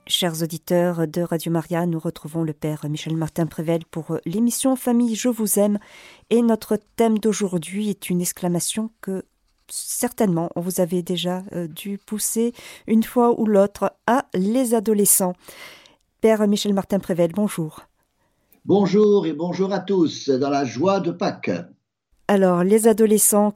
Chers auditeurs de Radio Maria, nous retrouvons le Père Michel Martin-Prével pour l'émission Famille, je vous aime. Et notre thème d'aujourd'hui est une exclamation que certainement on vous avait déjà dû pousser une fois ou l'autre à les adolescents. Père Michel Martin-Prével, bonjour. Bonjour et bonjour à tous dans la joie de Pâques. Alors, les adolescents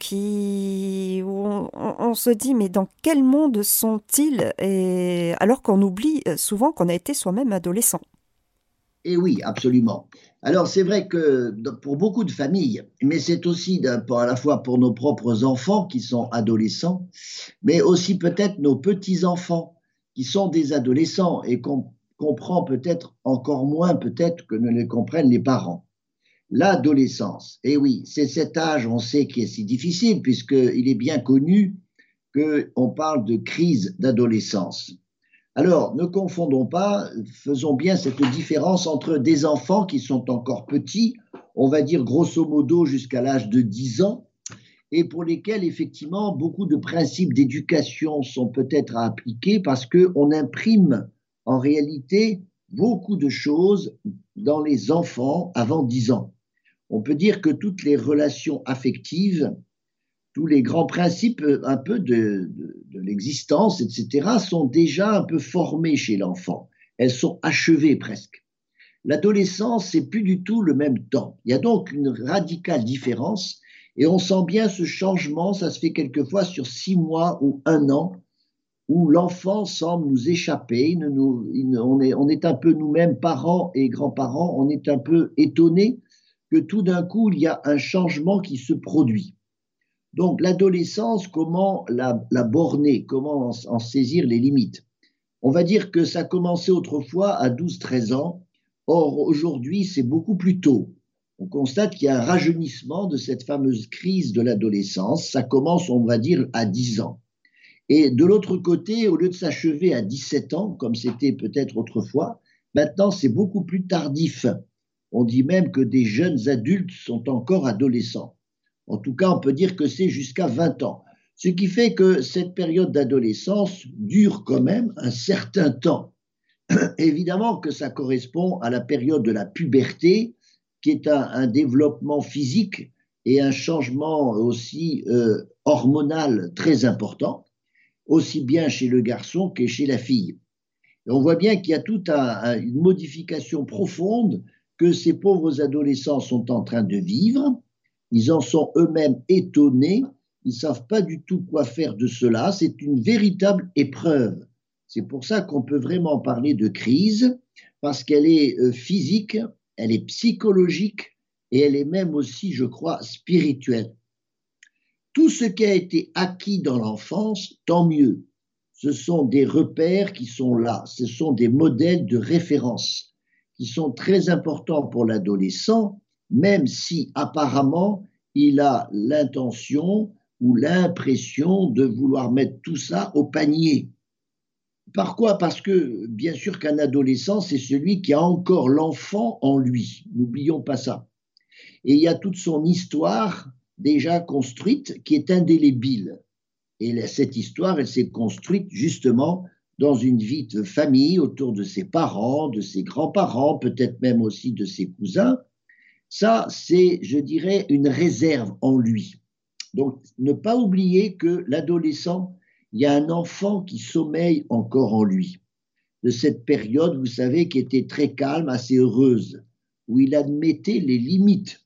on se dit, mais dans quel monde sont-ils alors qu'on oublie souvent qu'on a été soi-même adolescent. Et oui, absolument. Alors, c'est vrai que pour beaucoup de familles, mais c'est aussi à la fois pour nos propres enfants qui sont adolescents, mais aussi peut-être nos petits-enfants qui sont des adolescents et qu'on comprend peut-être encore moins peut-être que ne les comprennent les parents. L'adolescence, et oui, c'est cet âge, on sait, qui est si difficile, puisqu'il est bien connu qu'on parle de crise d'adolescence. Alors, ne confondons pas, faisons bien cette différence entre des enfants qui sont encore petits, on va dire grosso modo jusqu'à l'âge de 10 ans, et pour lesquels, effectivement, beaucoup de principes d'éducation sont peut-être à appliquer parce qu'on imprime en réalité beaucoup de choses dans les enfants avant 10 ans. On peut dire que toutes les relations affectives, tous les grands principes un peu de l'existence, etc., sont déjà un peu formés chez l'enfant. Elles sont achevées presque. L'adolescence, c'est plus du tout le même temps. Il y a donc une radicale différence et on sent bien ce changement, ça se fait quelquefois sur 6 mois ou 1 an, où l'enfant semble nous échapper, on est un peu nous-mêmes, parents et grands-parents, on est un peu étonnés que tout d'un coup, il y a un changement qui se produit. Donc, l'adolescence, comment la borner, comment en saisir les limites? On va dire que ça commençait autrefois à 12-13 ans. Or, aujourd'hui, c'est beaucoup plus tôt. On constate qu'il y a un rajeunissement de cette fameuse crise de l'adolescence. Ça commence, on va dire, à 10 ans. Et de l'autre côté, au lieu de s'achever à 17 ans, comme c'était peut-être autrefois, maintenant, c'est beaucoup plus tardif. On dit même que des jeunes adultes sont encore adolescents. En tout cas, on peut dire que c'est jusqu'à 20 ans. Ce qui fait que cette période d'adolescence dure quand même un certain temps. Évidemment que ça correspond à la période de la puberté, qui est un développement physique et un changement aussi hormonal très important, aussi bien chez le garçon que chez la fille. Et on voit bien qu'il y a toute une modification profonde que ces pauvres adolescents sont en train de vivre. Ils en sont eux-mêmes étonnés. Ils ne savent pas du tout quoi faire de cela. C'est une véritable épreuve. C'est pour ça qu'on peut vraiment parler de crise, parce qu'elle est physique, elle est psychologique et elle est même aussi, je crois, spirituelle. Tout ce qui a été acquis dans l'enfance, tant mieux. Ce sont des repères qui sont là, ce sont des modèles de référence qui sont très importants pour l'adolescent, même si apparemment il a l'intention ou l'impression de vouloir mettre tout ça au panier. Pourquoi? Parce que bien sûr qu'un adolescent, c'est celui qui a encore l'enfant en lui. N'oublions pas ça. Et il y a toute son histoire déjà construite qui est indélébile. Et cette histoire, elle s'est construite justement dans une vie de famille autour de ses parents, de ses grands-parents, peut-être même aussi de ses cousins. Ça, c'est, je dirais, une réserve en lui. Donc, ne pas oublier que l'adolescent, il y a un enfant qui sommeille encore en lui. De cette période, vous savez, qui était très calme, assez heureuse, où il admettait les limites.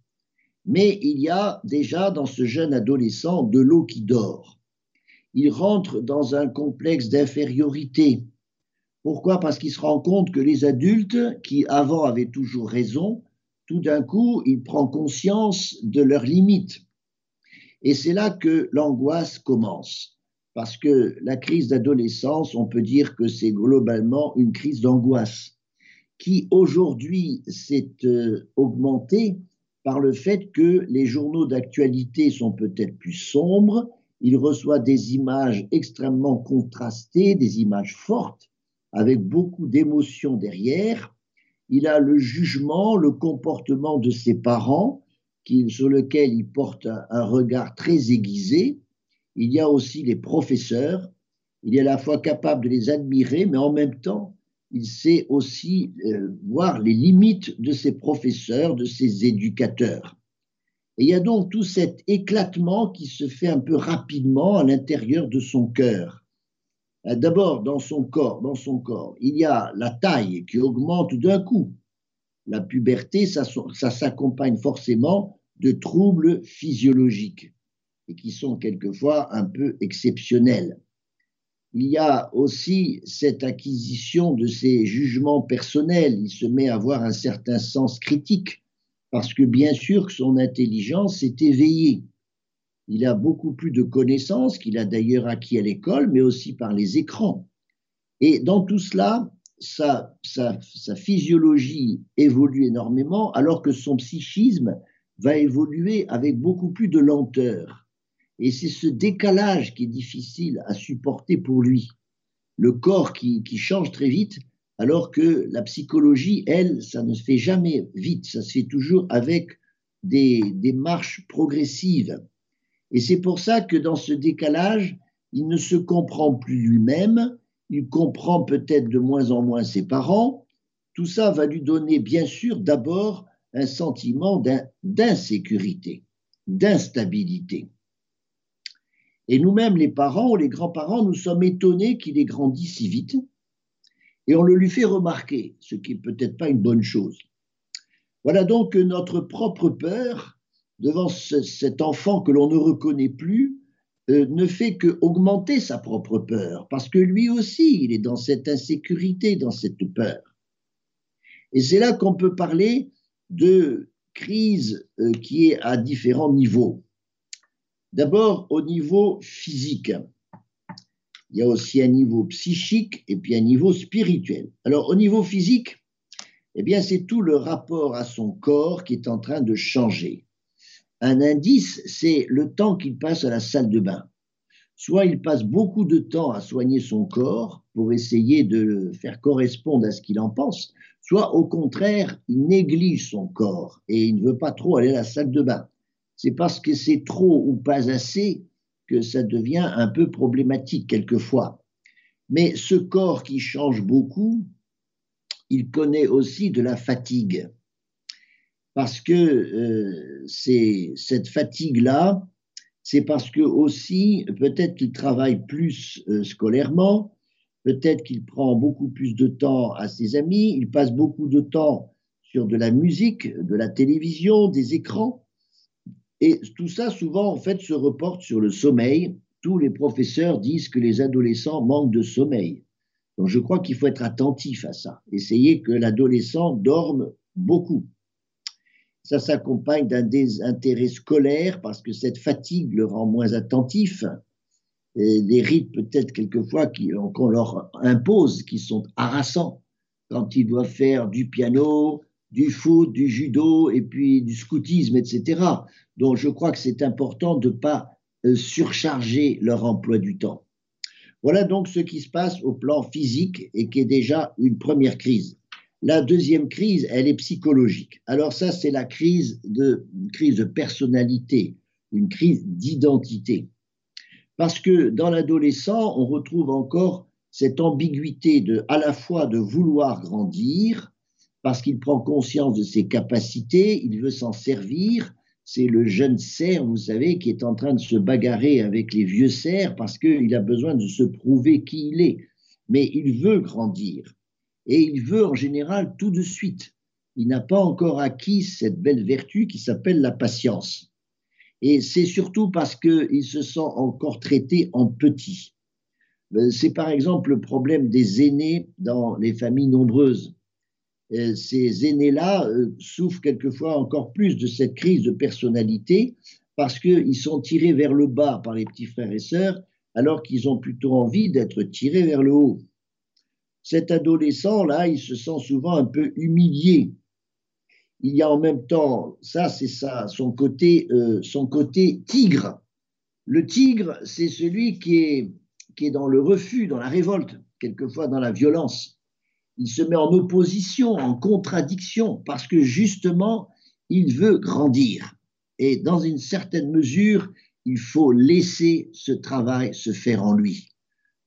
Mais il y a déjà dans ce jeune adolescent de l'eau qui dort. Il rentre dans un complexe d'infériorité. Pourquoi? Parce qu'il se rend compte que les adultes, qui avant avaient toujours raison, tout d'un coup, il prend conscience de leurs limites. Et c'est là que l'angoisse commence. Parce que la crise d'adolescence, on peut dire que c'est globalement une crise d'angoisse, qui aujourd'hui s'est augmentée par le fait que les journaux d'actualité sont peut-être plus sombres. Il reçoit des images extrêmement contrastées, des images fortes, avec beaucoup d'émotions derrière. Il a le jugement, le comportement de ses parents, sur lequel il porte un regard très aiguisé. Il y a aussi les professeurs. Il est à la fois capable de les admirer, mais en même temps, il sait aussi voir les limites de ses professeurs, de ses éducateurs. Et il y a donc tout cet éclatement qui se fait un peu rapidement à l'intérieur de son cœur. D'abord, dans son corps, il y a la taille qui augmente d'un coup. La puberté, ça s'accompagne forcément de troubles physiologiques et qui sont quelquefois un peu exceptionnels. Il y a aussi cette acquisition de ses jugements personnels. Il se met à avoir un certain sens critique parce que bien sûr que son intelligence est éveillée. Il a beaucoup plus de connaissances qu'il a d'ailleurs acquis à l'école, mais aussi par les écrans. Et dans tout cela, sa physiologie évolue énormément, alors que son psychisme va évoluer avec beaucoup plus de lenteur. Et c'est ce décalage qui est difficile à supporter pour lui. Le corps qui change très vite, alors que la psychologie, elle, ça ne se fait jamais vite, ça se fait toujours avec des marches progressives. Et c'est pour ça que dans ce décalage, il ne se comprend plus lui-même, il comprend peut-être de moins en moins ses parents. Tout ça va lui donner, bien sûr, d'abord un sentiment d'insécurité, d'instabilité. Et nous-mêmes, les parents ou les grands-parents, nous sommes étonnés qu'il ait grandi si vite et on le lui fait remarquer, ce qui n'est peut-être pas une bonne chose. Voilà donc notre propre peur devant cet enfant que l'on ne reconnaît plus ne fait qu'augmenter sa propre peur, parce que lui aussi, il est dans cette insécurité, dans cette peur. Et c'est là qu'on peut parler de crise qui est à différents niveaux. D'abord, au niveau physique. Il y a aussi un niveau psychique et puis un niveau spirituel. Alors, au niveau physique, eh bien, c'est tout le rapport à son corps qui est en train de changer. Un indice, c'est le temps qu'il passe à la salle de bain. Soit il passe beaucoup de temps à soigner son corps pour essayer de le faire correspondre à ce qu'il en pense, soit au contraire, il néglige son corps et il ne veut pas trop aller à la salle de bain. C'est parce que c'est trop ou pas assez que ça devient un peu problématique quelquefois. Mais ce corps qui change beaucoup, il connaît aussi de la fatigue. Parce que cette fatigue-là, c'est parce que aussi, peut-être qu'il travaille plus scolairement, peut-être qu'il prend beaucoup plus de temps à ses amis, il passe beaucoup de temps sur de la musique, de la télévision, des écrans. Et tout ça, souvent, en fait, se reporte sur le sommeil. Tous les professeurs disent que les adolescents manquent de sommeil. Donc, je crois qu'il faut être attentif à ça. Essayer que l'adolescent dorme beaucoup. Ça s'accompagne d'un désintérêt scolaire parce que cette fatigue le rend moins attentif. Et les rythmes, peut-être quelquefois, qu'on leur impose, qui sont harassants quand ils doivent faire du piano, du foot, du judo et puis du scoutisme, etc. Donc, je crois que c'est important de ne pas surcharger leur emploi du temps. Voilà donc ce qui se passe au plan physique et qui est déjà une première crise. La deuxième crise, elle est psychologique. Alors ça, c'est la crise de personnalité, une crise d'identité. Parce que dans l'adolescent, on retrouve encore cette ambiguïté à la fois de vouloir grandir, parce qu'il prend conscience de ses capacités, il veut s'en servir. C'est le jeune cerf, vous savez, qui est en train de se bagarrer avec les vieux cerfs parce qu'il a besoin de se prouver qui il est. Mais il veut grandir. Et il veut en général tout de suite. Il n'a pas encore acquis cette belle vertu qui s'appelle la patience. Et c'est surtout parce qu'il se sent encore traité en petit. C'est par exemple le problème des aînés dans les familles nombreuses. Ces aînés-là souffrent quelquefois encore plus de cette crise de personnalité parce qu'ils sont tirés vers le bas par les petits frères et sœurs alors qu'ils ont plutôt envie d'être tirés vers le haut. Cet adolescent-là, il se sent souvent un peu humilié. Il y a en même temps, ça c'est ça, son côté tigre. Le tigre, c'est celui qui est dans le refus, dans la révolte, quelquefois dans la violence. Il se met en opposition, en contradiction, parce que justement, il veut grandir. Et dans une certaine mesure, il faut laisser ce travail se faire en lui.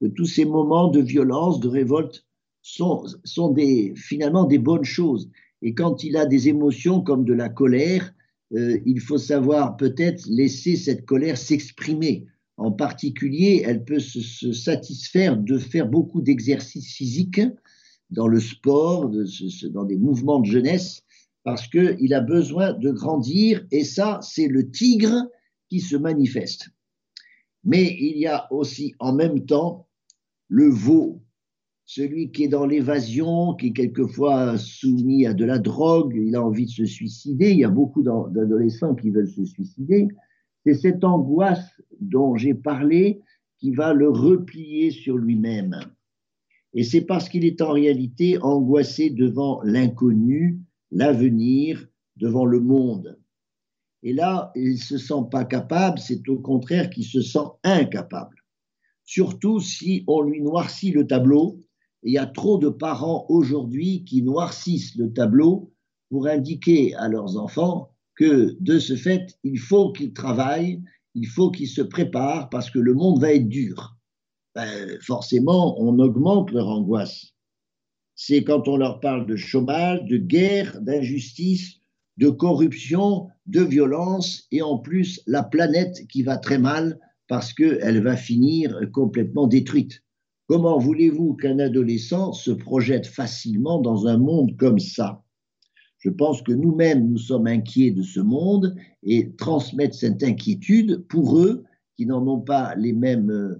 que tous ces moments de violence, de révolte sont finalement des bonnes choses. Et quand il a des émotions comme de la colère, il faut savoir peut-être laisser cette colère s'exprimer. En particulier, elle peut se satisfaire de faire beaucoup d'exercices physiques dans le sport, dans des mouvements de jeunesse, parce qu'il a besoin de grandir, et ça, c'est le tigre qui se manifeste. Mais il y a aussi en même temps le veau, celui qui est dans l'évasion, qui est quelquefois soumis à de la drogue, il a envie de se suicider, il y a beaucoup d'adolescents qui veulent se suicider. C'est cette angoisse dont j'ai parlé qui va le replier sur lui-même. Et c'est parce qu'il est en réalité angoissé devant l'inconnu, l'avenir, devant le monde. Et là, il ne se sent pas capable, c'est au contraire qu'il se sent incapable. Surtout si on lui noircit le tableau. Et il y a trop de parents aujourd'hui qui noircissent le tableau pour indiquer à leurs enfants que de ce fait, il faut qu'ils travaillent, il faut qu'ils se préparent parce que le monde va être dur. Forcément, on augmente leur angoisse. C'est quand on leur parle de chômage, de guerre, d'injustice, de corruption, de violence, et en plus la planète qui va très mal parce qu'elle va finir complètement détruite. Comment voulez-vous qu'un adolescent se projette facilement dans un monde comme ça? Je pense que nous-mêmes, nous sommes inquiets de ce monde, et transmettre cette inquiétude pour eux qui n'en ont pas les mêmes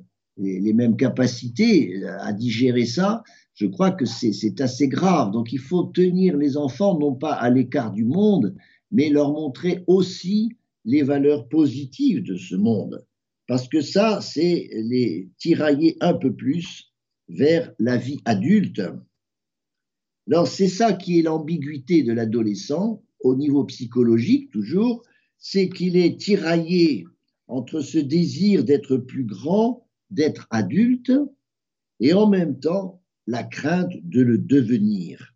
capacités à digérer ça, je crois que c'est assez grave. Donc il faut tenir les enfants non pas à l'écart du monde, mais leur montrer aussi les valeurs positives de ce monde. Parce que ça, c'est les tirailler un peu plus vers la vie adulte. Alors c'est ça qui est l'ambiguïté de l'adolescent, au niveau psychologique toujours, c'est qu'il est tiraillé entre ce désir d'être plus grand, d'être adulte, et en même temps la crainte de le devenir.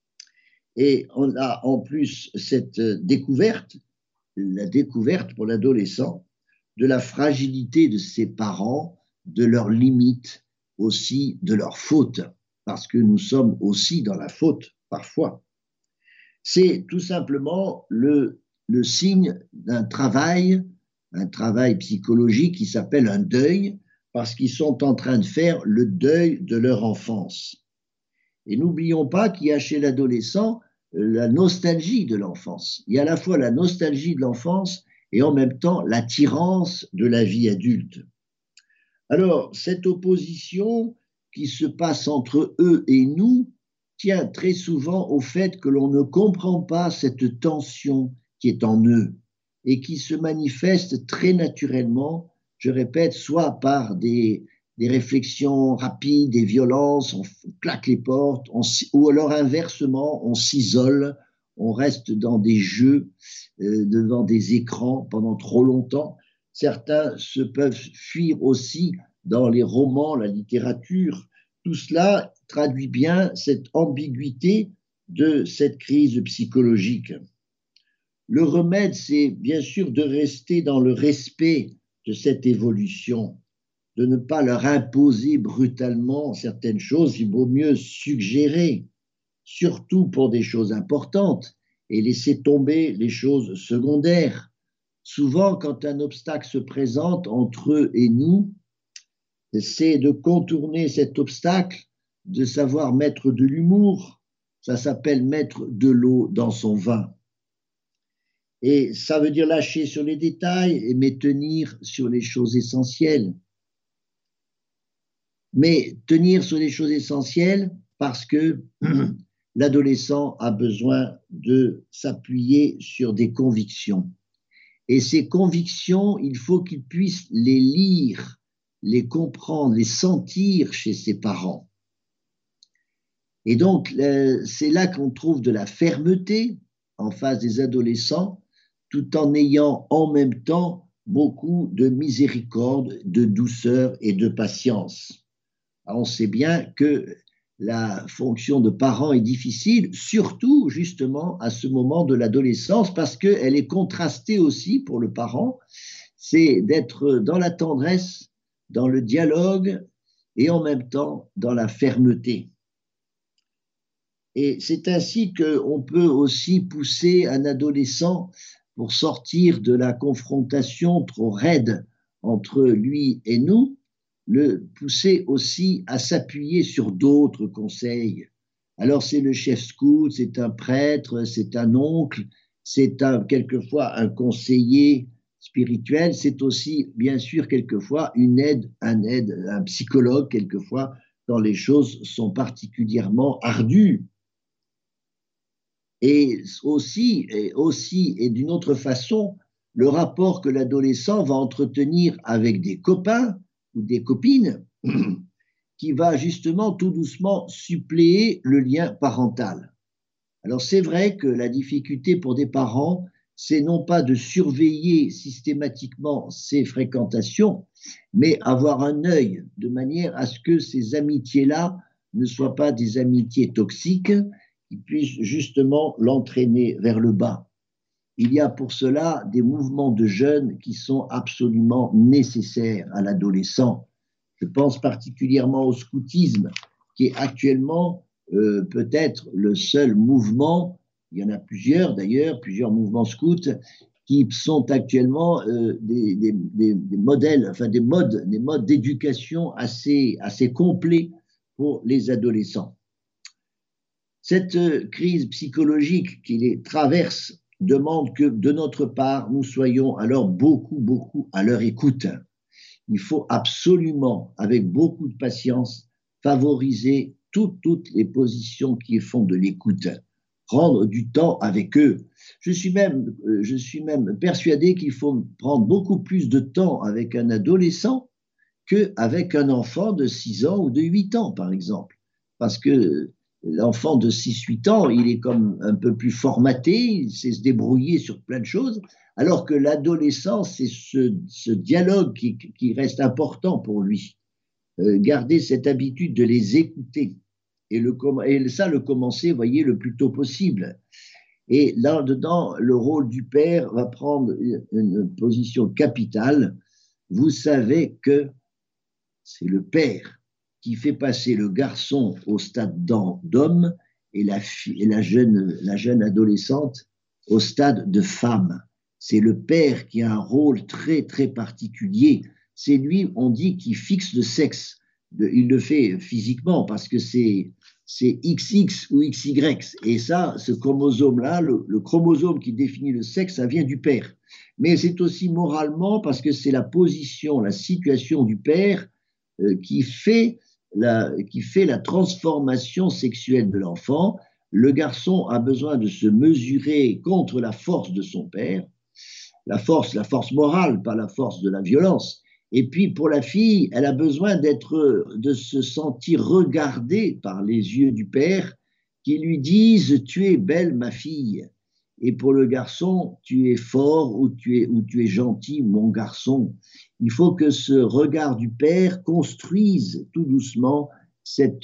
Et on a en plus cette découverte, la découverte pour l'adolescent, de la fragilité de ses parents, de leurs limites, aussi de leurs fautes, parce que nous sommes aussi dans la faute parfois. C'est tout simplement le signe d'un travail, un travail psychologique qui s'appelle un deuil, parce qu'ils sont en train de faire le deuil de leur enfance. Et n'oublions pas qu'il y a chez l'adolescent la nostalgie de l'enfance. Il y a à la fois la nostalgie de l'enfance et en même temps l'attirance de la vie adulte. Alors, cette opposition qui se passe entre eux et nous tient très souvent au fait que l'on ne comprend pas cette tension qui est en eux et qui se manifeste très naturellement, je répète, soit par des réflexions rapides, des violences, on claque les portes, ou alors inversement, on s'isole, on reste dans des jeux, devant des écrans pendant trop longtemps. Certains se peuvent fuir aussi dans les romans, la littérature. Tout cela traduit bien cette ambiguïté de cette crise psychologique. Le remède, c'est bien sûr de rester dans le respect de cette évolution, de ne pas leur imposer brutalement certaines choses. Il vaut mieux suggérer, surtout pour des choses importantes, et laisser tomber les choses secondaires. Souvent, quand un obstacle se présente entre eux et nous, c'est de contourner cet obstacle, de savoir mettre de l'humour. Ça s'appelle mettre de l'eau dans son vin. Et ça veut dire lâcher sur les détails, mais tenir sur les choses essentielles. Mais tenir sur les choses essentielles parce que l'adolescent a besoin de s'appuyer sur des convictions. Et ces convictions, il faut qu'il puisse les lire, les comprendre, les sentir chez ses parents. Et donc, c'est là qu'on trouve de la fermeté en face des adolescents, tout en ayant en même temps beaucoup de miséricorde, de douceur et de patience. Alors, on sait bien que la fonction de parent est difficile, surtout justement à ce moment de l'adolescence, parce qu'elle est contrastée aussi pour le parent, c'est d'être dans la tendresse, dans le dialogue, et en même temps dans la fermeté. Et c'est ainsi qu'on peut aussi pousser un adolescent pour sortir de la confrontation trop raide entre lui et nous, le pousser aussi à s'appuyer sur d'autres conseils. Alors c'est le chef scout, c'est un prêtre, c'est un oncle, c'est quelquefois un conseiller spirituel, c'est aussi bien sûr quelquefois une aide, un psychologue quelquefois quand les choses sont particulièrement ardues. Et aussi et d'une autre façon, le rapport que l'adolescent va entretenir avec des copains ou des copines qui va justement tout doucement suppléer le lien parental. Alors c'est vrai que la difficulté pour des parents, c'est non pas de surveiller systématiquement ces fréquentations, mais avoir un œil de manière à ce que ces amitiés-là ne soient pas des amitiés toxiques qui puissent justement l'entraîner vers le bas. Il y a pour cela des mouvements de jeunes qui sont absolument nécessaires à l'adolescent. Je pense particulièrement au scoutisme, qui est actuellement peut-être le seul mouvement, il y en a plusieurs d'ailleurs, plusieurs mouvements scouts, qui sont actuellement des modèles, enfin des modes d'éducation assez complets pour les adolescents. Cette crise psychologique qui les traverse demande que de notre part, nous soyons alors beaucoup à leur écoute. Il faut absolument, avec beaucoup de patience, favoriser toutes les positions qui font de l'écoute, prendre du temps avec eux. Je suis même persuadé qu'il faut prendre beaucoup plus de temps avec un adolescent qu'avec un enfant de 6 ans ou de 8 ans, par exemple. Parce que l'enfant de 6-8 ans, il est comme un peu plus formaté, il sait se débrouiller sur plein de choses, alors que l'adolescent, c'est ce dialogue qui reste important pour lui. Garder cette habitude de les écouter et ça, le commencer, voyez, le plus tôt possible. Et là-dedans, le rôle du père va prendre une position capitale. Vous savez que c'est le père qui fait passer le garçon au stade d'homme et la jeune adolescente au stade de femme. C'est le père qui a un rôle très particulier. C'est lui, on dit, qui fixe le sexe. Il le fait physiquement parce que c'est XX ou XY. Et ça, ce chromosome-là, le chromosome qui définit le sexe, ça vient du père. Mais c'est aussi moralement parce que c'est la position, la situation du père qui fait la transformation sexuelle de l'enfant. Le garçon a besoin de se mesurer contre la force de son père, la force morale, pas la force de la violence. Et puis pour la fille, elle a besoin de se sentir regardée par les yeux du père qui lui disent « Tu es belle, ma fille ». Et pour le garçon, tu es fort ou tu es gentil, mon garçon. Il faut que ce regard du père construise tout doucement cette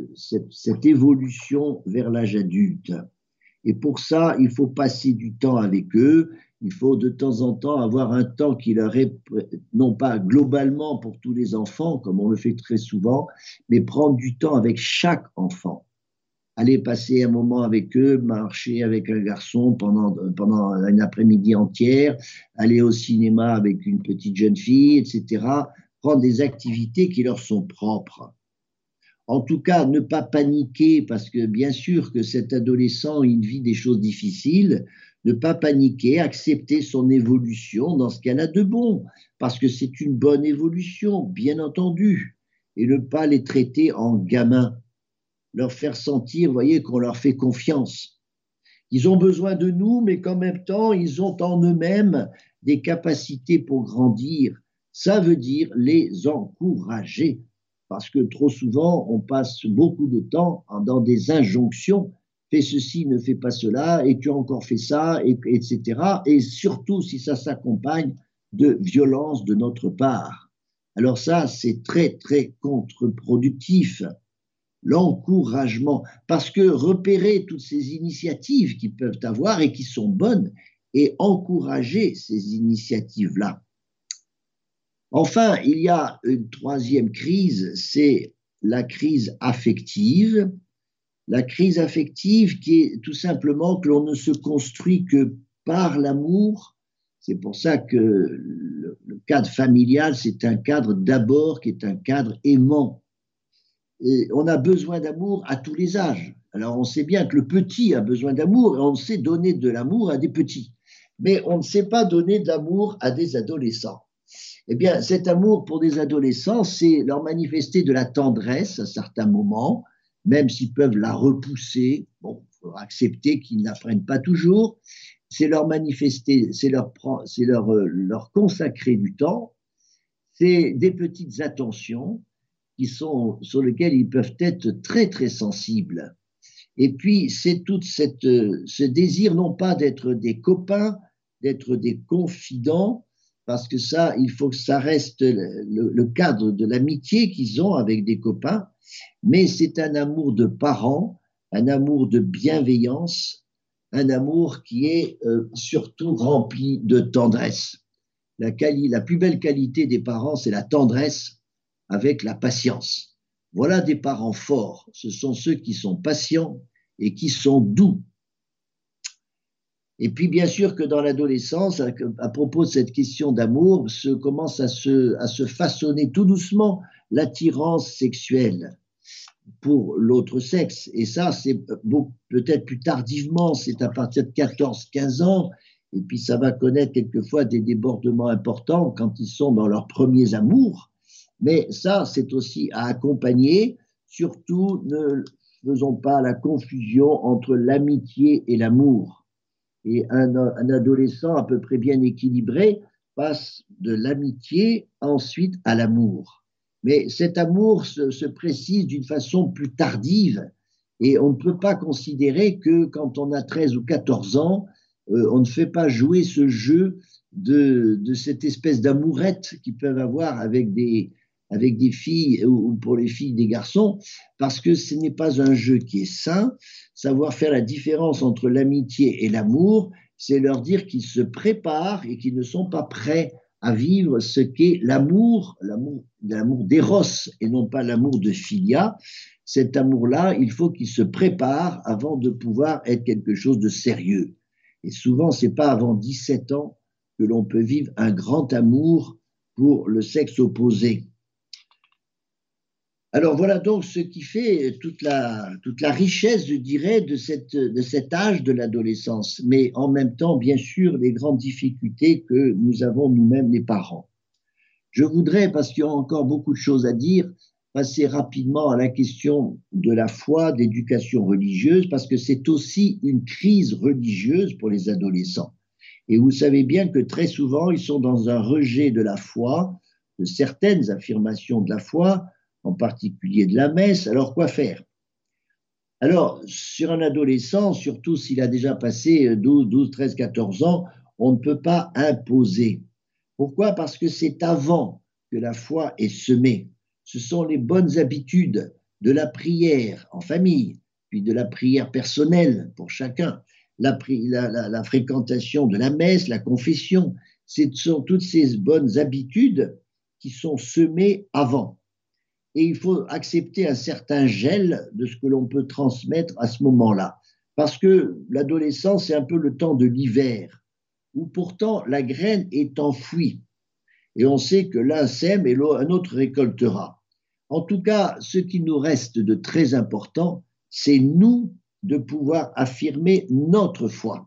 évolution vers l'âge adulte. Et pour ça, il faut passer du temps avec eux. Il faut de temps en temps avoir un temps qui leur est, non pas globalement pour tous les enfants, comme on le fait très souvent, mais prendre du temps avec chaque enfant. Aller passer un moment avec eux, marcher avec un garçon pendant une après-midi entière, aller au cinéma avec une petite jeune fille, etc. Prendre des activités qui leur sont propres. En tout cas, ne pas paniquer, parce que bien sûr que cet adolescent, il vit des choses difficiles, ne pas paniquer, accepter son évolution dans ce qu'elle a de bon, parce que c'est une bonne évolution, bien entendu, et ne pas les traiter en gamins. Leur faire sentir, vous voyez, qu'on leur fait confiance. Ils ont besoin de nous, mais qu'en même temps, ils ont en eux-mêmes des capacités pour grandir. Ça veut dire les encourager, parce que trop souvent, on passe beaucoup de temps dans des injonctions. Fais ceci, ne fais pas cela, et tu as encore fait ça, etc. Et surtout si ça s'accompagne de violence de notre part. Alors ça, c'est très contre-productif. L'encouragement, parce que repérer toutes ces initiatives qu'ils peuvent avoir et qui sont bonnes et encourager ces initiatives-là. Enfin, il y a une troisième crise, c'est la crise affective. La crise affective qui est tout simplement que l'on ne se construit que par l'amour. C'est pour ça que le cadre familial, c'est un cadre d'abord qui est un cadre aimant. Et on a besoin d'amour à tous les âges. Alors on sait bien que le petit a besoin d'amour et on sait donner de l'amour à des petits. Mais on ne sait pas donner d'amour à des adolescents. Eh bien, cet amour pour des adolescents, c'est leur manifester de la tendresse à certains moments, même s'ils peuvent la repousser. Bon, il faut accepter qu'ils n'apprennent pas toujours. C'est leur manifester, leur consacrer du temps. C'est des petites attentions sur lesquelles ils peuvent être très, très sensibles. Et puis, c'est tout ce désir, non pas d'être des copains, d'être des confidents, parce que ça, il faut que ça reste le cadre de l'amitié qu'ils ont avec des copains, mais c'est un amour de parents, un amour de bienveillance, un amour qui est surtout rempli de tendresse. La plus belle qualité des parents, c'est la tendresse avec la patience. Voilà des parents forts, ce sont ceux qui sont patients et qui sont doux. Et puis, bien sûr que dans l'adolescence, à propos de cette question d'amour, commence à se façonner tout doucement l'attirance sexuelle pour l'autre sexe. Et ça, c'est peut-être plus tardivement, c'est à partir de 14-15 ans, et puis ça va connaître quelquefois des débordements importants quand ils sont dans leurs premiers amours. Mais ça, c'est aussi à accompagner. Surtout, ne faisons pas la confusion entre l'amitié et l'amour. Et un adolescent à peu près bien équilibré passe de l'amitié ensuite à l'amour. Mais cet amour se précise d'une façon plus tardive et on ne peut pas considérer que quand on a 13 ou 14 ans, on ne fait pas jouer ce jeu de cette espèce d'amourette qu'ils peuvent avoir avec des filles ou pour les filles des garçons, parce que ce n'est pas un jeu qui est sain. Savoir faire la différence entre l'amitié et l'amour, c'est leur dire qu'ils se préparent et qu'ils ne sont pas prêts à vivre ce qu'est l'amour d'éros et non pas l'amour de philia. Cet amour-là, il faut qu'ils se préparent avant de pouvoir être quelque chose de sérieux. Et souvent, ce n'est pas avant 17 ans que l'on peut vivre un grand amour pour le sexe opposé. Alors voilà donc ce qui fait toute la richesse, je dirais, de cet âge de l'adolescence, mais en même temps, bien sûr, les grandes difficultés que nous avons nous-mêmes les parents. Je voudrais, parce qu'il y a encore beaucoup de choses à dire, passer rapidement à la question de la foi, d'éducation religieuse, parce que c'est aussi une crise religieuse pour les adolescents. Et vous savez bien que très souvent, ils sont dans un rejet de la foi, de certaines affirmations de la foi, en particulier de la messe. Alors, quoi faire? Alors, sur un adolescent, surtout s'il a déjà passé 12, 13, 14 ans, on ne peut pas imposer. Pourquoi? Parce que c'est avant que la foi est semée. Ce sont les bonnes habitudes de la prière en famille, puis de la prière personnelle pour chacun, la fréquentation de la messe, la confession. Ce sont toutes ces bonnes habitudes qui sont semées avant. Et il faut accepter un certain gel de ce que l'on peut transmettre à ce moment-là. Parce que l'adolescence, c'est un peu le temps de l'hiver, où pourtant la graine est enfouie. Et on sait que l'un sème et un autre récoltera. En tout cas, ce qui nous reste de très important, c'est nous de pouvoir affirmer notre foi,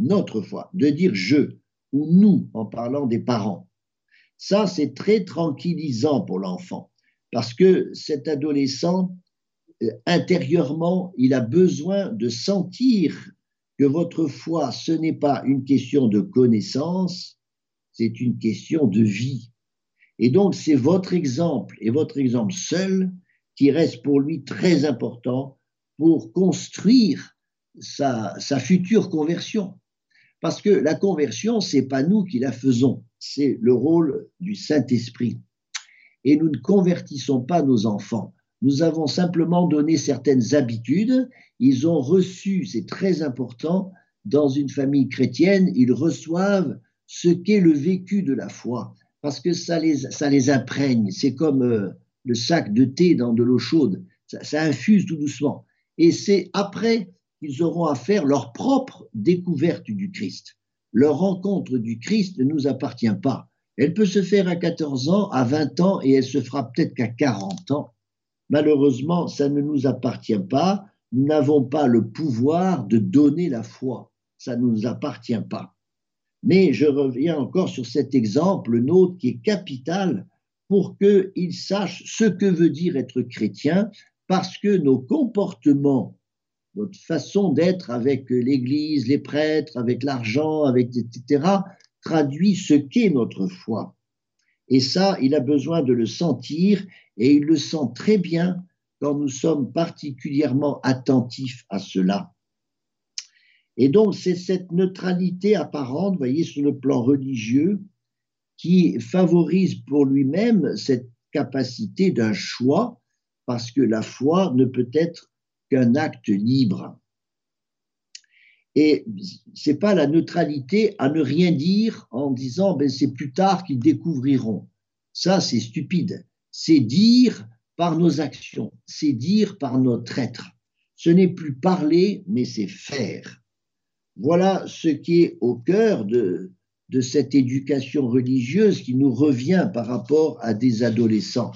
de dire je ou nous en parlant des parents. Ça, c'est très tranquillisant pour l'enfant. Parce que cet adolescent, intérieurement, il a besoin de sentir que votre foi, ce n'est pas une question de connaissance, c'est une question de vie. Et donc, c'est votre exemple, et votre exemple seul, qui reste pour lui très important pour construire sa future conversion. Parce que la conversion, ce n'est pas nous qui la faisons, c'est le rôle du Saint-Esprit. Et nous ne convertissons pas nos enfants. Nous avons simplement donné certaines habitudes. Ils ont reçu, c'est très important, dans une famille chrétienne, ils reçoivent ce qu'est le vécu de la foi. parce que ça les imprègne. C'est comme le sac de thé dans de l'eau chaude. Ça infuse tout doucement. Et c'est après qu'ils auront à faire leur propre découverte du Christ. Leur rencontre du Christ ne nous appartient pas. Elle peut se faire à 14 ans, à 20 ans, et elle se fera peut-être qu'à 40 ans. Malheureusement, ça ne nous appartient pas. Nous n'avons pas le pouvoir de donner la foi. Ça ne nous appartient pas. Mais je reviens encore sur cet exemple, le nôtre, qui est capital pour qu'ils sachent ce que veut dire être chrétien, parce que nos comportements, notre façon d'être avec l'Église, les prêtres, avec l'argent, avec etc., traduit ce qu'est notre foi. Et ça, il a besoin de le sentir, et il le sent très bien quand nous sommes particulièrement attentifs à cela. Et donc, c'est cette neutralité apparente, vous voyez, sur le plan religieux, qui favorise pour lui-même cette capacité d'un choix, parce que la foi ne peut être qu'un acte libre. Et ce n'est pas la neutralité à ne rien dire en disant ben, c'est plus tard qu'ils découvriront. Ça, c'est stupide. C'est dire par nos actions, c'est dire par notre être. Ce n'est plus parler, mais c'est faire. Voilà ce qui est au cœur de cette éducation religieuse qui nous revient par rapport à des adolescents.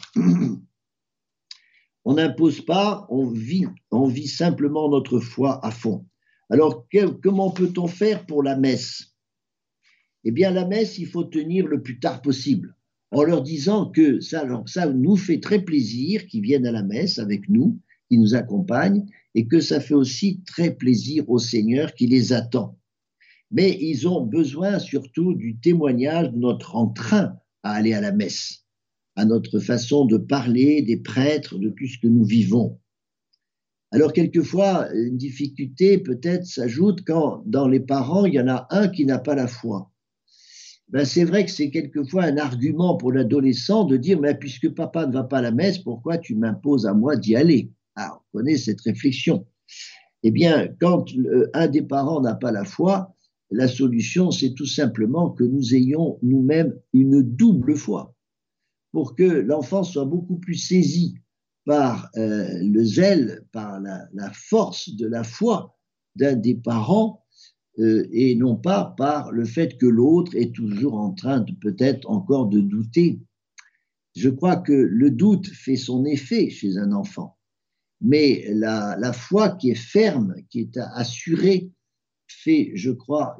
On n'impose pas, on vit simplement notre foi à fond. Alors, comment peut-on faire pour la messe? Eh bien, la messe, il faut tenir le plus tard possible, en leur disant que ça nous fait très plaisir qu'ils viennent à la messe avec nous, qu'ils nous accompagnent, et que ça fait aussi très plaisir au Seigneur qui les attend. Mais ils ont besoin surtout du témoignage de notre entrain à aller à la messe, à notre façon de parler des prêtres, de tout ce que nous vivons. Alors, quelquefois, une difficulté peut-être s'ajoute quand, dans les parents, il y en a un qui n'a pas la foi. Ben, c'est vrai que c'est quelquefois un argument pour l'adolescent de dire « mais puisque papa ne va pas à la messe, pourquoi tu m'imposes à moi d'y aller ?» Ah, on connaît cette réflexion. Eh bien, quand un des parents n'a pas la foi, la solution, c'est tout simplement que nous ayons nous-mêmes une double foi, pour que l'enfant soit beaucoup plus saisi par le zèle, par la force de la foi d'un des parents, et non pas par le fait que l'autre est toujours en train de peut-être encore de douter. Je crois que le doute fait son effet chez un enfant, mais la foi qui est ferme, qui est assurée, fait, je crois,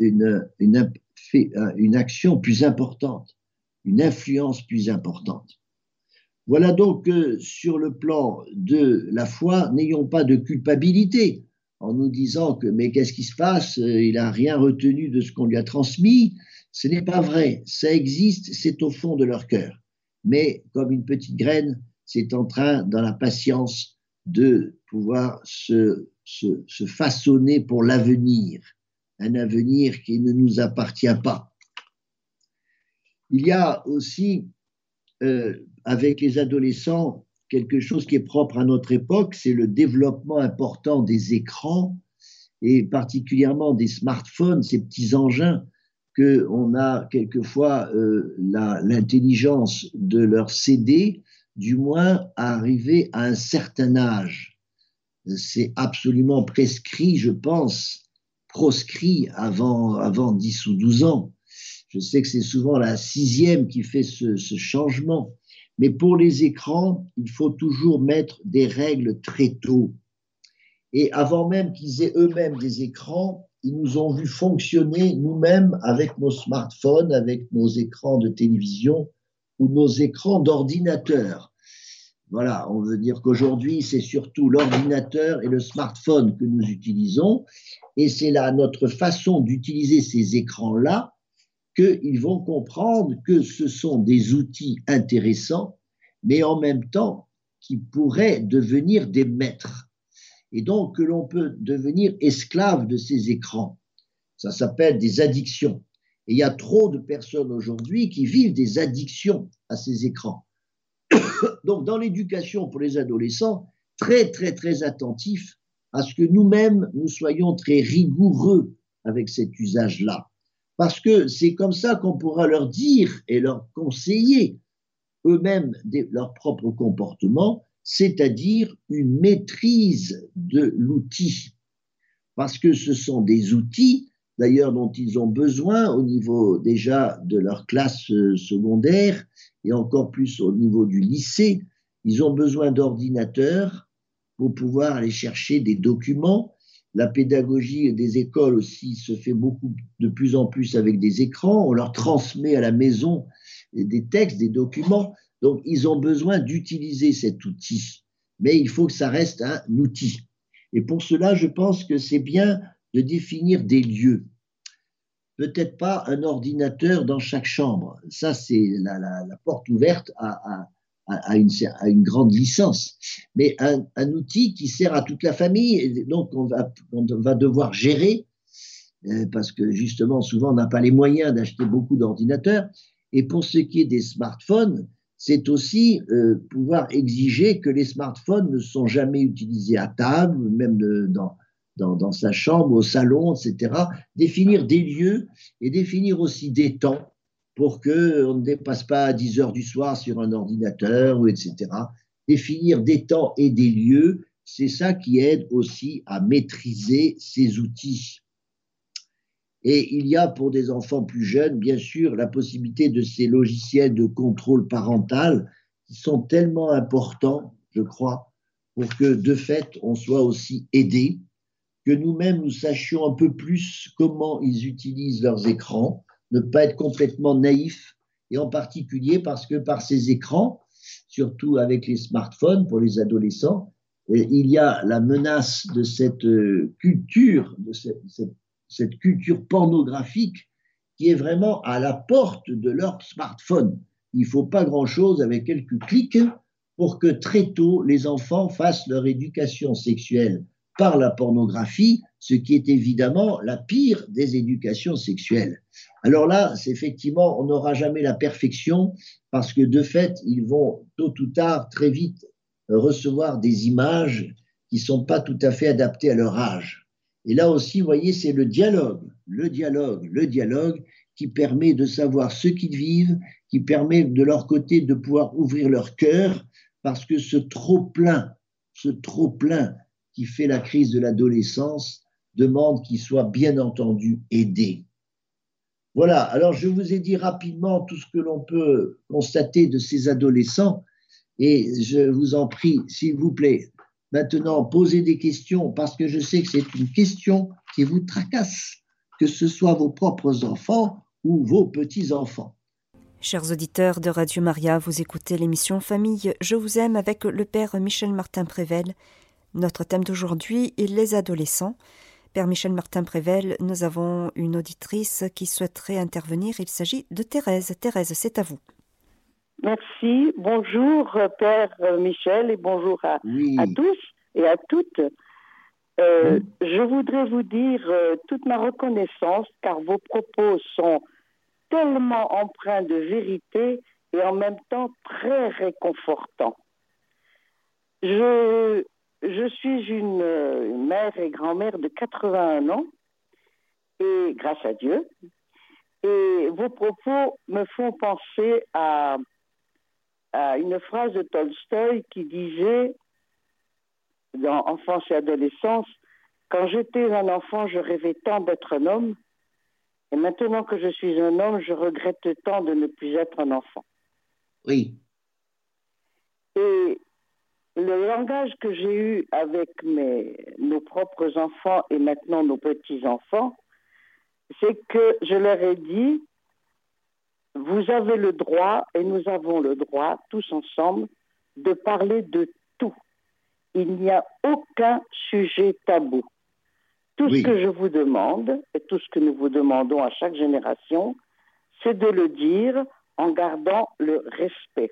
une action plus importante, une influence plus importante. Voilà donc que sur le plan de la foi, n'ayons pas de culpabilité en nous disant que mais qu'est-ce qui se passe, il n'a rien retenu de ce qu'on lui a transmis. Ce n'est pas vrai, ça existe, c'est au fond de leur cœur. Mais comme une petite graine, c'est en train, dans la patience, de pouvoir se façonner pour l'avenir, un avenir qui ne nous appartient pas. Il y a aussi avec les adolescents, quelque chose qui est propre à notre époque, c'est le développement important des écrans et particulièrement des smartphones, ces petits engins qu'on a quelquefois l'intelligence de leur céder, du moins à arriver à un certain âge. C'est absolument prescrit, je pense, proscrit avant 10 ou 12 ans. Je sais que c'est souvent la 6e qui fait ce changement. Mais pour les écrans, il faut toujours mettre des règles très tôt. Et avant même qu'ils aient eux-mêmes des écrans, ils nous ont vu fonctionner nous-mêmes avec nos smartphones, avec nos écrans de télévision ou nos écrans d'ordinateur. Voilà, on veut dire qu'aujourd'hui, c'est surtout l'ordinateur et le smartphone que nous utilisons. Et c'est là notre façon d'utiliser ces écrans-là qu'ils vont comprendre que ce sont des outils intéressants, mais en même temps qui pourraient devenir des maîtres. Et donc que l'on peut devenir esclave de ces écrans. Ça s'appelle des addictions. Et il y a trop de personnes aujourd'hui qui vivent des addictions à ces écrans. Donc dans l'éducation pour les adolescents, très très très attentifs à ce que nous-mêmes nous soyons très rigoureux avec cet usage-là. parce que c'est comme ça qu'on pourra leur dire et leur conseiller eux-mêmes leur propre comportement, c'est-à-dire une maîtrise de l'outil. Parce que ce sont des outils, d'ailleurs, dont ils ont besoin au niveau déjà de leur classe secondaire et encore plus au niveau du lycée. Ils ont besoin d'ordinateurs pour pouvoir aller chercher des documents. La pédagogie des écoles aussi se fait beaucoup de plus en plus avec des écrans. On leur transmet à la maison des textes, des documents. Donc, ils ont besoin d'utiliser cet outil. Mais il faut que ça reste un outil. Et pour cela, je pense que c'est bien de définir des lieux. Peut-être pas un ordinateur dans chaque chambre. Ça, c'est la porte ouverte à une grande licence. Mais un outil qui sert à toute la famille, et donc on va devoir gérer, parce que justement, souvent, on n'a pas les moyens d'acheter beaucoup d'ordinateurs. Et pour ce qui est des smartphones, c'est aussi pouvoir exiger que les smartphones ne sont jamais utilisés à table, même dans sa chambre, au salon, etc. Définir des lieux et définir aussi des temps pour qu'on ne dépasse pas 10 heures du soir sur un ordinateur, etc. Définir des temps et des lieux, c'est ça qui aide aussi à maîtriser ces outils. Et il y a pour des enfants plus jeunes, bien sûr, la possibilité de ces logiciels de contrôle parental qui sont tellement importants, je crois, pour que de fait, on soit aussi aidé, que nous-mêmes, nous sachions un peu plus comment ils utilisent leurs écrans, ne pas être complètement naïfs, et en particulier parce que par ces écrans, surtout avec les smartphones pour les adolescents, il y a la menace de cette culture, de cette culture pornographique qui est vraiment à la porte de leur smartphone. Il ne faut pas grand-chose avec quelques clics pour que très tôt, les enfants fassent leur éducation sexuelle par la pornographie, ce qui est évidemment la pire des éducations sexuelles. Alors là, c'est effectivement, on n'aura jamais la perfection parce que de fait, ils vont tôt ou tard, très vite, recevoir des images qui ne sont pas tout à fait adaptées à leur âge. Et là aussi, vous voyez, c'est le dialogue qui permet de savoir ce qu'ils vivent, qui permet de leur côté de pouvoir ouvrir leur cœur, parce que ce trop-plein qui fait la crise de l'adolescence demande qu'ils soient bien entendu aidés. Voilà, alors je vous ai dit rapidement tout ce que l'on peut constater de ces adolescents et je vous en prie, s'il vous plaît, maintenant posez des questions parce que je sais que c'est une question qui vous tracasse, que ce soit vos propres enfants ou vos petits-enfants. Chers auditeurs de Radio Maria, vous écoutez l'émission Famille Je vous aime avec le Père Michel Martin-Prével. Notre thème d'aujourd'hui est les adolescents. Père Michel Martin-Prével, nous avons une auditrice qui souhaiterait intervenir. Il s'agit de Thérèse. Thérèse, c'est à vous. Merci. Bonjour, Père Michel, et bonjour à tous et à toutes. Je voudrais vous dire toute ma reconnaissance, car vos propos sont tellement empreints de vérité et en même temps très réconfortants. Je suis une mère et grand-mère de 81 ans, et grâce à Dieu. Et vos propos me font penser à une phrase de Tolstoï qui disait, dans Enfance et adolescence, « Quand j'étais un enfant, je rêvais tant d'être un homme, et maintenant que je suis un homme, je regrette tant de ne plus être un enfant. » Oui. Et le langage que j'ai eu avec nos propres enfants et maintenant nos petits-enfants, c'est que je leur ai dit, vous avez le droit, et nous avons le droit, tous ensemble, de parler de tout. Il n'y a aucun sujet tabou. Tout ce que je vous demande, et tout ce que nous vous demandons à chaque génération, c'est de le dire en gardant le respect.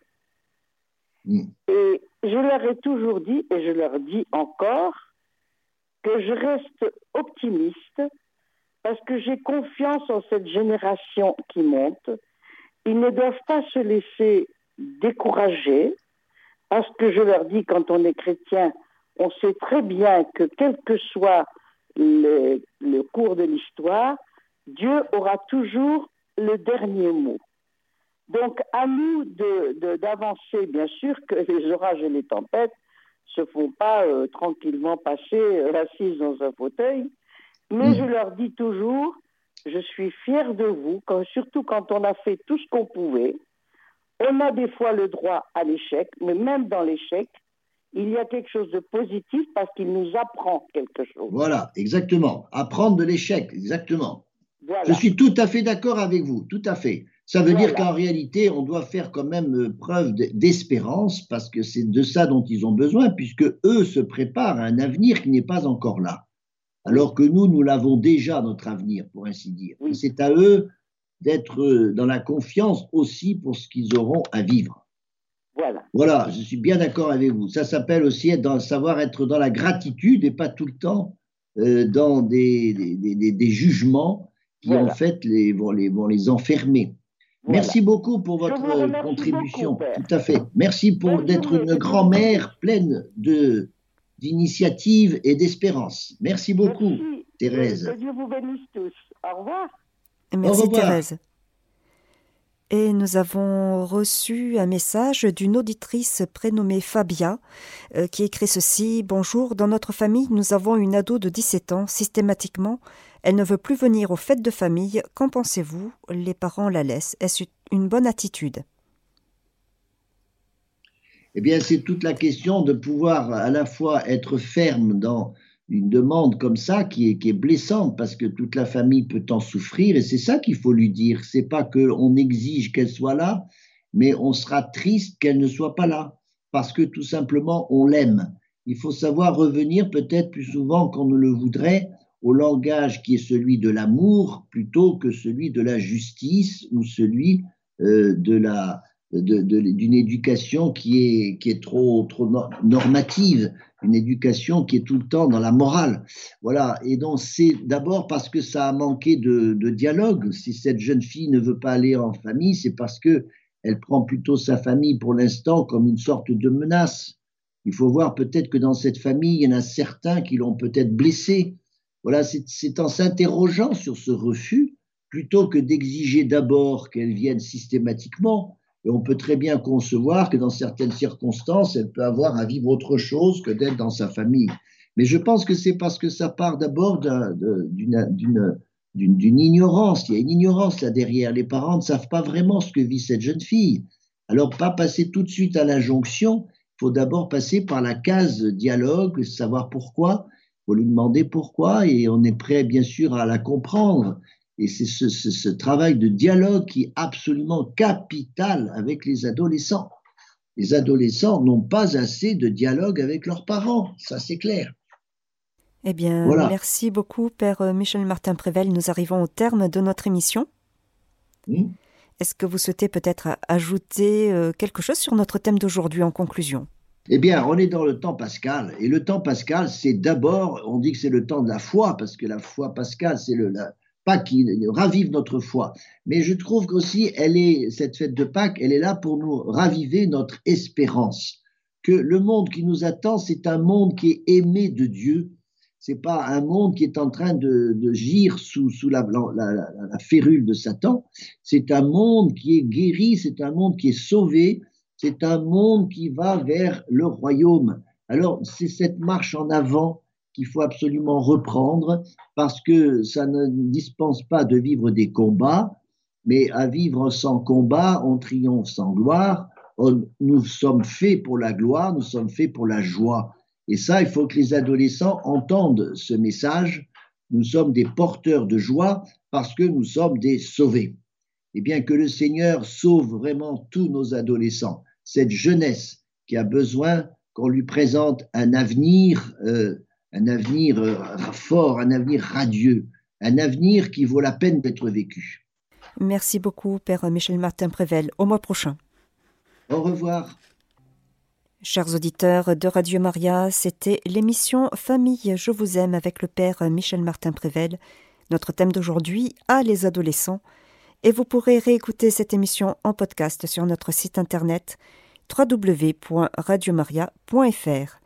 Et je leur ai toujours dit, et je leur dis encore, que je reste optimiste parce que j'ai confiance en cette génération qui monte. Ils ne doivent pas se laisser décourager parce que je leur dis, quand on est chrétien, on sait très bien que quel que soit le cours de l'histoire, Dieu aura toujours le dernier mot. Donc, à nous d'avancer. Bien sûr que les orages et les tempêtes se font pas tranquillement passer assises dans un fauteuil, mais je leur dis toujours, je suis fière de vous, surtout quand on a fait tout ce qu'on pouvait. On a des fois le droit à l'échec, mais même dans l'échec, il y a quelque chose de positif parce qu'il nous apprend quelque chose. Voilà, exactement. Apprendre de l'échec, exactement. Voilà. Je suis tout à fait d'accord avec vous, tout à fait. Ça veut dire qu'en réalité, on doit faire quand même preuve d'espérance parce que c'est de ça dont ils ont besoin, puisque eux se préparent à un avenir qui n'est pas encore là. Alors que nous l'avons déjà, notre avenir, pour ainsi dire. Oui. C'est à eux d'être dans la confiance aussi pour ce qu'ils auront à vivre. Voilà, je suis bien d'accord avec vous. Ça s'appelle aussi savoir être dans la gratitude et pas tout le temps dans des jugements qui en fait vont les enfermer. Merci beaucoup pour votre contribution. Beaucoup, tout à fait. Merci d'être une grand-mère pleine d'initiative et d'espérance. Merci beaucoup, Thérèse. Que Dieu vous bénisse tous. Au revoir. Merci, Thérèse. Et nous avons reçu un message d'une auditrice prénommée Fabia qui écrit ceci. « Bonjour, dans notre famille, nous avons une ado de 17 ans. Systématiquement, elle ne veut plus venir aux fêtes de famille. Qu'en pensez-vous? Les parents la laissent. Est-ce une bonne attitude ?» Eh bien, c'est toute la question de pouvoir à la fois être ferme dans une demande comme ça qui est blessante parce que toute la famille peut en souffrir et c'est ça qu'il faut lui dire. C'est pas qu'on exige qu'elle soit là, mais on sera triste qu'elle ne soit pas là parce que tout simplement on l'aime. Il faut savoir revenir peut-être plus souvent qu'on ne le voudrait au langage qui est celui de l'amour plutôt que celui de la justice ou celui d'une éducation qui est trop normative, une éducation qui est tout le temps dans la morale. Voilà. Et donc, c'est d'abord parce que ça a manqué de dialogue. Si cette jeune fille ne veut pas aller en famille, c'est parce qu'elle prend plutôt sa famille pour l'instant comme une sorte de menace. Il faut voir peut-être que dans cette famille, il y en a certains qui l'ont peut-être blessée. Voilà, c'est en s'interrogeant sur ce refus, plutôt que d'exiger d'abord qu'elle vienne systématiquement. Et on peut très bien concevoir que dans certaines circonstances, elle peut avoir à vivre autre chose que d'être dans sa famille. Mais je pense que c'est parce que ça part d'abord d'une ignorance. Il y a une ignorance là derrière. Les parents ne savent pas vraiment ce que vit cette jeune fille. Alors, pas passer tout de suite à l'injonction. Il faut d'abord passer par la case dialogue, savoir pourquoi. Il faut lui demander pourquoi et on est prêt, bien sûr, à la comprendre. Et c'est ce travail de dialogue qui est absolument capital avec les adolescents. Les adolescents n'ont pas assez de dialogue avec leurs parents, ça c'est clair. Eh bien, voilà. Merci beaucoup, Père Michel Martin Prével. Nous arrivons au terme de notre émission. Est-ce que vous souhaitez peut-être ajouter quelque chose sur notre thème d'aujourd'hui en conclusion ? Eh bien, on est dans le temps pascal. Et le temps pascal, c'est d'abord, on dit que c'est le temps de la foi, parce que la foi pascale, c'est Pâques qui ravive notre foi. Mais je trouve qu'aussi, cette fête de Pâques, elle est là pour nous raviver notre espérance. Que le monde qui nous attend, c'est un monde qui est aimé de Dieu. C'est pas un monde qui est en train de gire sous la férule de Satan. C'est un monde qui est guéri, c'est un monde qui est sauvé, c'est un monde qui va vers le royaume. Alors, c'est cette marche en avant qu'il faut absolument reprendre parce que ça ne dispense pas de vivre des combats, mais à vivre sans combat, on triomphe sans gloire. Nous sommes faits pour la gloire, nous sommes faits pour la joie. Et ça, il faut que les adolescents entendent ce message. Nous sommes des porteurs de joie parce que nous sommes des sauvés. Et bien que le Seigneur sauve vraiment tous nos adolescents, cette jeunesse qui a besoin qu'on lui présente un avenir fort, un avenir radieux, un avenir qui vaut la peine d'être vécu. Merci beaucoup, Père Michel Martin Prével. Au mois prochain. Au revoir. Chers auditeurs de Radio Maria, c'était l'émission Famille, je vous aime avec le Père Michel Martin Prével. Notre thème d'aujourd'hui, les adolescents. Et vous pourrez réécouter cette émission en podcast sur notre site internet www.radiomaria.fr.